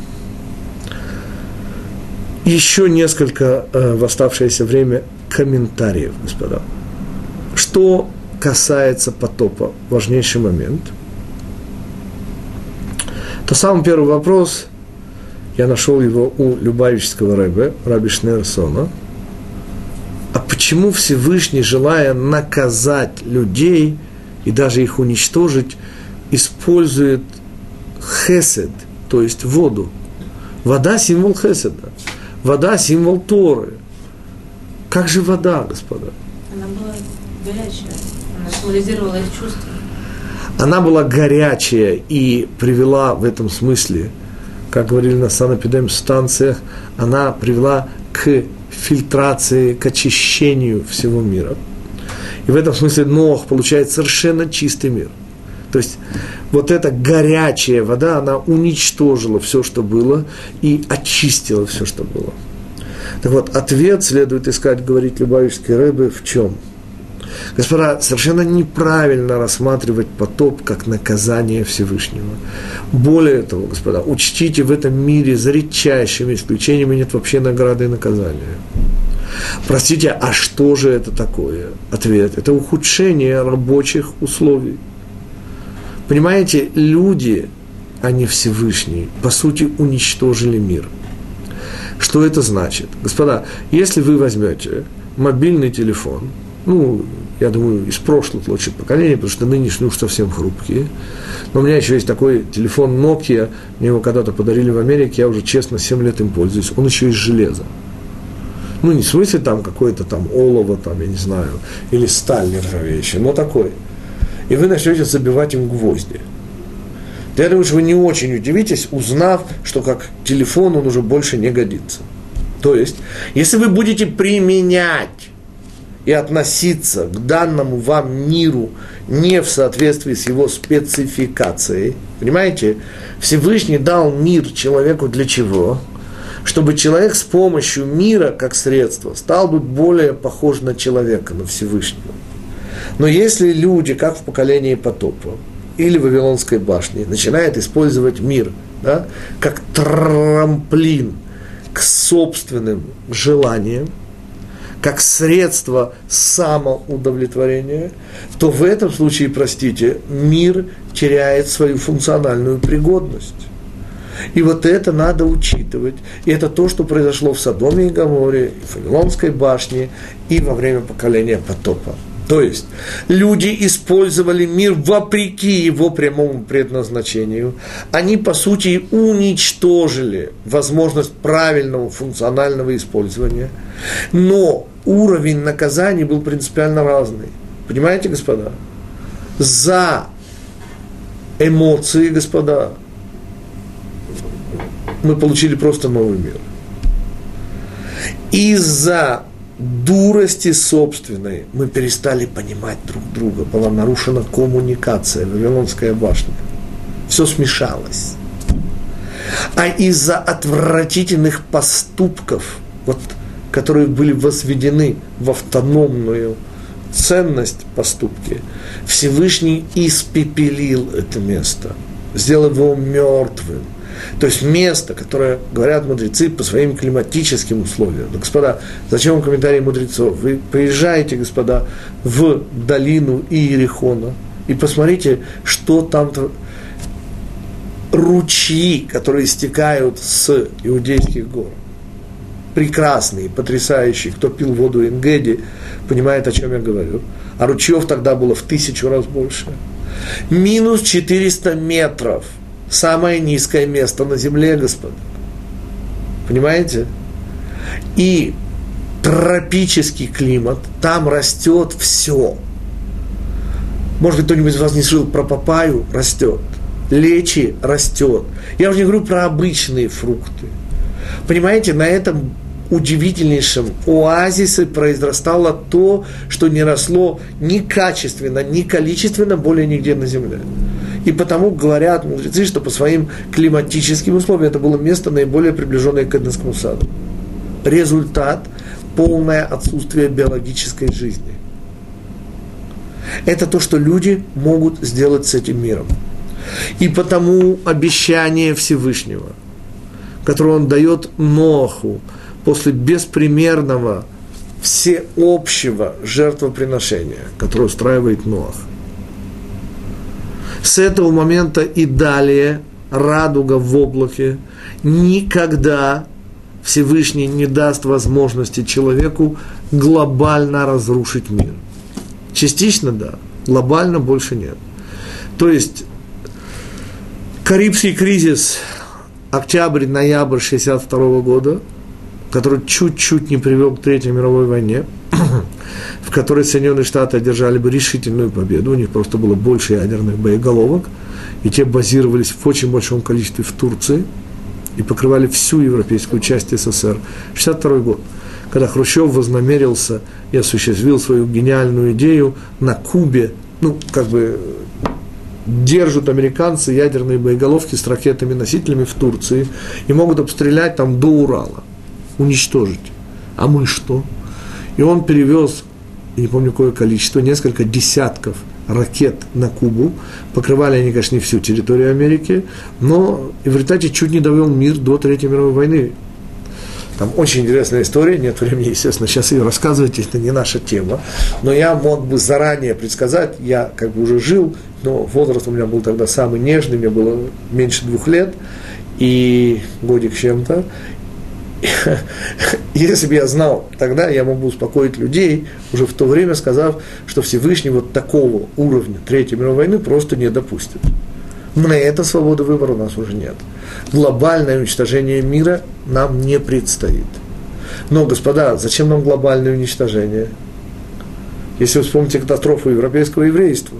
Еще несколько в оставшееся время комментариев, господа. Что касается потопа, важнейший момент. То самый первый вопрос, я нашел его у Любавического Ребе, Раби Шнеерсона. А почему Всевышний, желая наказать людей и даже их уничтожить, использует хесед, то есть воду? Вода – символ хеседа, вода – символ Торы. Как же вода, господа? Она была горячая, она символизировала их чувства. Она была горячая и привела в этом смысле, как говорили на санэпидемстанциях, она привела к фильтрации, к очищению всего мира. И в этом смысле Ноах получает совершенно чистый мир. То есть вот эта горячая вода, она уничтожила все, что было, и очистила все, что было. Так вот, ответ следует искать, говорит Любавический Ребе, в чем? Господа, совершенно неправильно рассматривать потоп как наказание Всевышнего. Более того, господа, учтите, в этом мире за редчайшими исключениями нет вообще награды и наказания. Простите, а что же это такое? Ответ – это ухудшение рабочих условий. Понимаете, люди, а не Всевышний, по сути, уничтожили мир. Что это значит? Господа, если вы возьмете мобильный телефон, я думаю, из прошлых лучших поколений, потому что нынешние уж совсем хрупкие. Но у меня еще есть такой телефон Nokia, мне его когда-то подарили в Америке, я уже честно 7 лет им пользуюсь, он еще из железа. Не в смысле там какое-то там олово, там, я не знаю, или сталь нержавеющая, но такой. И вы начнете забивать им гвозди. Я думаю, что вы не очень удивитесь, узнав, что как телефон он уже больше не годится. То есть, если вы будете применять и относиться к данному вам миру не в соответствии с его спецификацией, понимаете, Всевышний дал мир человеку для чего? Чтобы человек с помощью мира, как средство, стал бы более похож на человека, на Всевышнего. Но если люди, как в поколении потопа или Вавилонской башни, начинают использовать мир, да, как трамплин к собственным желаниям, как средство самоудовлетворения, то в этом случае, простите, мир теряет свою функциональную пригодность. И вот это надо учитывать. И это то, что произошло в Содоме и Гоморе, и в Вавилонской башне, и во время поколения потопа. То есть, люди использовали мир вопреки его прямому предназначению. Они, по сути, уничтожили возможность правильного функционального использования. Но уровень наказаний был принципиально разный. Понимаете, господа? За эмоции, господа, мы получили просто новый мир. Из-за дурости собственной мы перестали понимать друг друга. Была нарушена коммуникация, Вавилонская башня. Все смешалось. А из-за отвратительных поступков, которые были возведены в автономную ценность поступки, Всевышний испепелил это место, сделал его мертвым. То есть место, которое, говорят мудрецы, по своим климатическим условиям. Но, господа, зачем вам комментарии мудрецов? Вы приезжаете, господа, в долину Иерихона и посмотрите, что там ручьи, которые стекают с иудейских гор. Прекрасные, потрясающие. Кто пил воду Эн-Геди, понимает, о чем я говорю. А ручьев тогда было в 1000 раз больше. Минус 400 метров. Самое низкое место на земле, господа. Понимаете? И тропический климат, там растет все. Может быть, кто-нибудь из вас не слышал про папайю? Растет. Лечи растет. Я уже не говорю про обычные фрукты. Понимаете, на этом удивительнейшем оазисе произрастало то, что не росло ни качественно, ни количественно более нигде на земле. И потому говорят мудрецы, что по своим климатическим условиям это было место наиболее приближенное к Эденскому саду. Результат – полное отсутствие биологической жизни. Это то, что люди могут сделать с этим миром. И потому обещание Всевышнего, которое он дает Ноаху после беспримерного всеобщего жертвоприношения, которое устраивает Ноах, с этого момента и далее радуга в облаке никогда Всевышний не даст возможности человеку глобально разрушить мир. Частично да, глобально больше нет. То есть Карибский кризис октябрь-ноябрь 1962 года, который чуть-чуть не привел к Третьей мировой войне, в которой Соединенные Штаты одержали бы решительную победу, у них просто было больше ядерных боеголовок, и те базировались в очень большом количестве в Турции и покрывали всю европейскую часть СССР. 1962 год, когда Хрущев вознамерился и осуществил свою гениальную идею на Кубе, держат американцы ядерные боеголовки с ракетами-носителями в Турции и могут обстрелять там до Урала, уничтожить. А мы что? И он перевез не помню какое количество, несколько десятков ракет на Кубу. Покрывали они, конечно, не всю территорию Америки, но и в результате чуть не довел мир до Третьей мировой войны. Там очень интересная история, нет времени, естественно, сейчас ее рассказывать, это не наша тема. Но я мог бы заранее предсказать, я как бы уже жил, но возраст у меня был тогда самый нежный, мне было меньше 2 лет, и годик с чем-то. Если бы я знал, тогда я мог бы успокоить людей, уже в то время сказав, что Всевышний вот такого уровня Третьей мировой войны просто не допустит. На это свободы выбора у нас уже нет. Глобальное уничтожение мира нам не предстоит. Но, господа, зачем нам глобальное уничтожение? Если вы вспомните катастрофу европейского еврейства,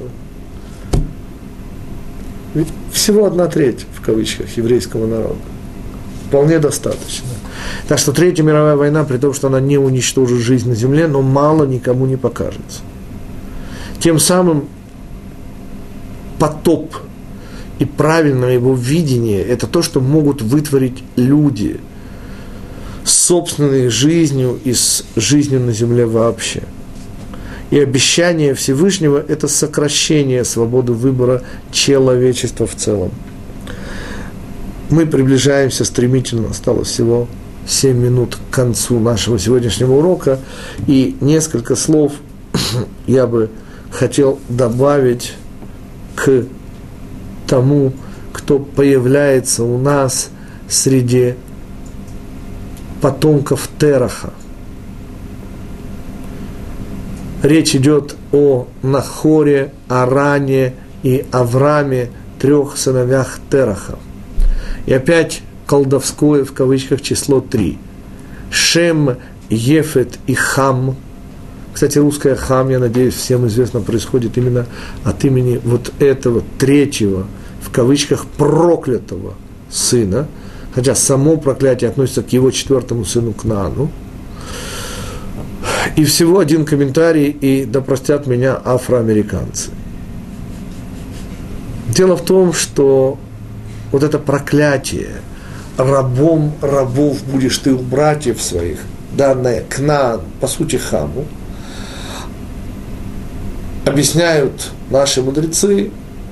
ведь всего 1/3, в кавычках, еврейского народа. Вполне достаточно. Так что Третья мировая война, при том, что она не уничтожит жизнь на земле, но мало никому не покажется. Тем самым потоп и правильное его видение – это то, что могут вытворить люди с собственной жизнью и с жизнью на земле вообще. И обещание Всевышнего – это сокращение свободы выбора человечества в целом. Мы приближаемся стремительно, осталось всего 7 минут к концу нашего сегодняшнего урока, и несколько слов я бы хотел добавить к тому, кто появляется у нас среди потомков Тераха. Речь идет о Нахоре, Аране и Авраме, 3 сыновьях Тераха. И опять колдовское, в кавычках, число 3. Шем, Ефет и Хам. Кстати, русское Хам, я надеюсь, всем известно, происходит именно от имени вот этого 3-го, в кавычках, проклятого сына, хотя само проклятие относится к его 4-му сыну Кнаану. И всего один комментарий, и да простят меня афроамериканцы. Дело в том, что вот это проклятие, рабом рабов будешь ты у братьев своих, данное Кнаан, по сути Хаму, объясняют наши мудрецы,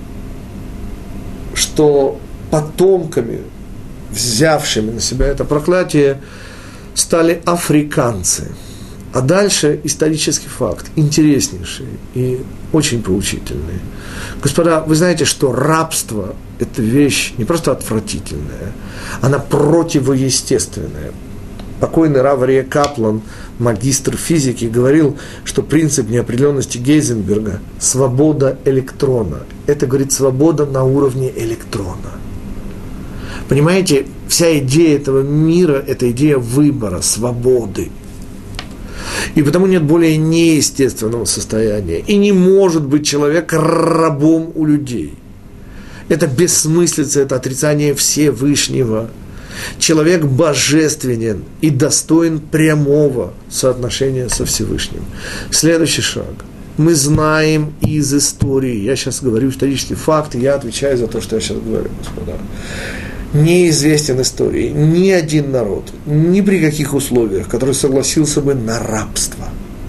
что потомками, взявшими на себя это проклятие, стали африканцы. А дальше исторический факт, интереснейший и очень поучительный. Господа, вы знаете, что рабство – это вещь не просто отвратительная, она противоестественная. Покойный Рав Арье Каплан, магистр физики, говорил, что принцип неопределенности Гейзенберга – свобода электрона. Это, говорит, свобода на уровне электрона. Понимаете, вся идея этого мира – это идея выбора, свободы. И потому нет более неестественного состояния. И не может быть человек рабом у людей. Это бессмыслица, это отрицание Всевышнего. Человек божественен и достоин прямого соотношения со Всевышним. Следующий шаг. Мы знаем из истории, я сейчас говорю исторический факт, я отвечаю за то, что я сейчас говорю, господа. Неизвестен истории ни один народ, ни при каких условиях, который согласился бы на рабство.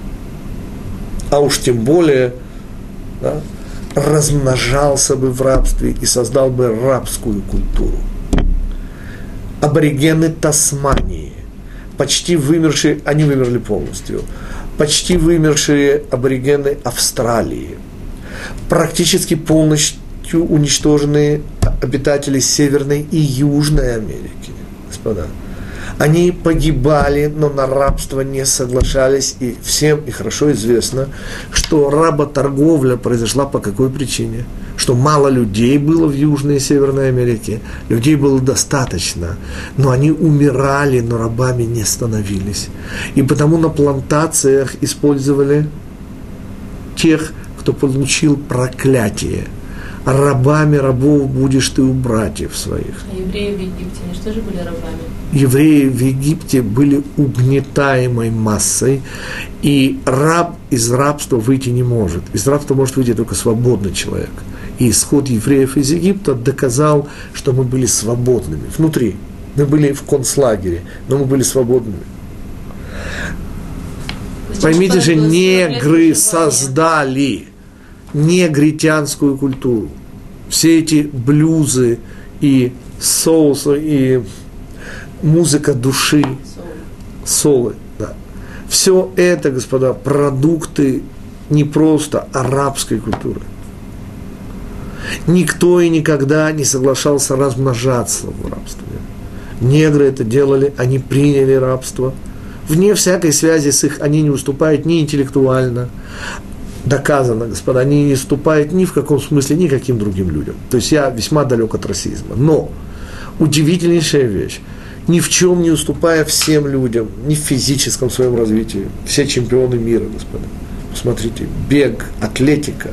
А уж тем более, да, размножался бы в рабстве и создал бы рабскую культуру. Аборигены Тасмании, почти вымершие, они вымерли полностью, почти вымершие аборигены Австралии, практически полностью уничтоженные обитатели Северной и Южной Америки, господа. Они погибали, но на рабство не соглашались, и всем и хорошо известно, что работорговля произошла по какой причине? Что мало людей было в Южной и Северной Америке, людей было достаточно, но они умирали, но рабами не становились. И потому на плантациях использовали тех, кто получил проклятие. Рабами рабов будешь ты у братьев своих. А евреи в Египте, они что же были рабами? Евреи в Египте были угнетаемой массой, и раб из рабства выйти не может. Из рабства может выйти только свободный человек. И исход евреев из Египта доказал, что мы были свободными. Внутри. Мы были в концлагере, но мы были свободными. Поймите же, негры создали негритянскую культуру. Все эти блюзы и соусы, и музыка души, солы, да. Все это, господа, продукты не просто арабской культуры. Никто и никогда не соглашался размножаться в рабстве. Негры это делали, они приняли рабство. Вне всякой связи с их, они не уступают ни интеллектуально, доказано, господа, они не уступают ни в каком смысле никаким другим людям. То есть я весьма далек от расизма. Но удивительнейшая вещь, ни в чем не уступая всем людям, ни в физическом своем развитии, все чемпионы мира, господа. Посмотрите, бег, атлетика,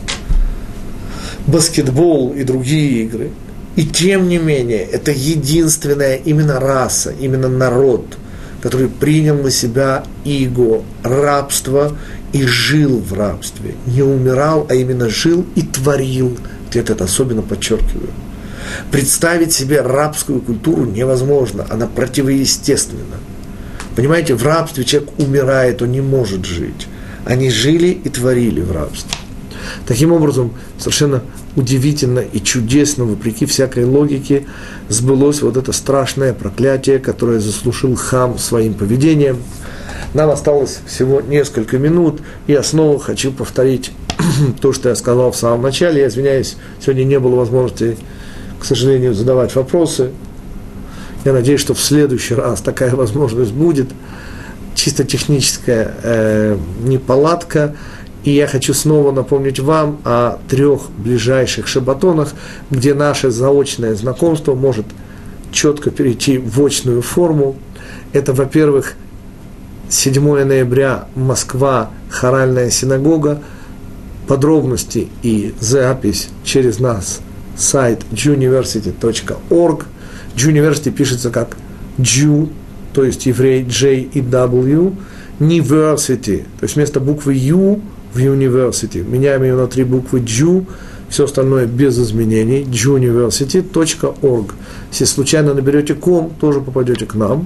баскетбол и другие игры. И тем не менее, это единственная именно раса, именно народ, который принял на себя иго, рабство и жил в рабстве. Не умирал, а именно жил и творил. Я это особенно подчеркиваю. Представить себе рабскую культуру невозможно, она противоестественна. Понимаете, в рабстве человек умирает, он не может жить. Они жили и творили в рабстве. Таким образом, совершенно удивительно и чудесно, вопреки всякой логике, сбылось вот это страшное проклятие, которое заслужил Хам своим поведением. Нам осталось всего несколько минут, и я снова хочу повторить то, что я сказал в самом начале. Я извиняюсь, сегодня не было возможности, к сожалению, задавать вопросы. Я надеюсь, что в следующий раз такая возможность будет. Чисто техническая неполадка. И я хочу снова напомнить вам о 3 ближайших шабатонах, где наше заочное знакомство может четко перейти в очную форму. Это, во-первых, 7 ноября, Москва, хоральная синагога. Подробности и запись через нас сайт jewuniversity.org. Jewuniversity пишется как Jew, то есть еврей, J и W, University, то есть вместо буквы U в University. Меняем ее на 3 буквы Jew, все остальное без изменений. jewuniversity.org. Если случайно наберете ком, тоже попадете к нам.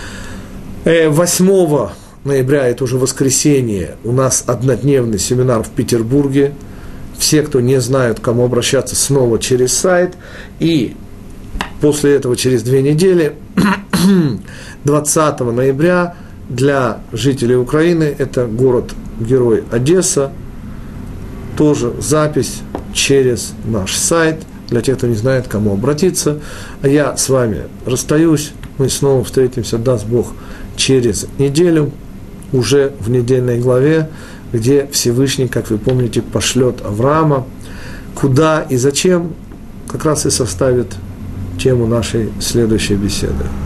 8 ноября, это уже воскресенье, у нас однодневный семинар в Петербурге. Все, кто не знают, к кому обращаться, снова через сайт. И после этого, через 2 недели, 20 ноября, для жителей Украины, это город-герой Одесса, тоже запись через наш сайт, для тех, кто не знает, к кому обратиться. А я с вами расстаюсь, мы снова встретимся, даст Бог, через неделю, уже в недельной главе, где Всевышний, как вы помните, пошлет Авраама, куда и зачем, как раз и составит тему нашей следующей беседы.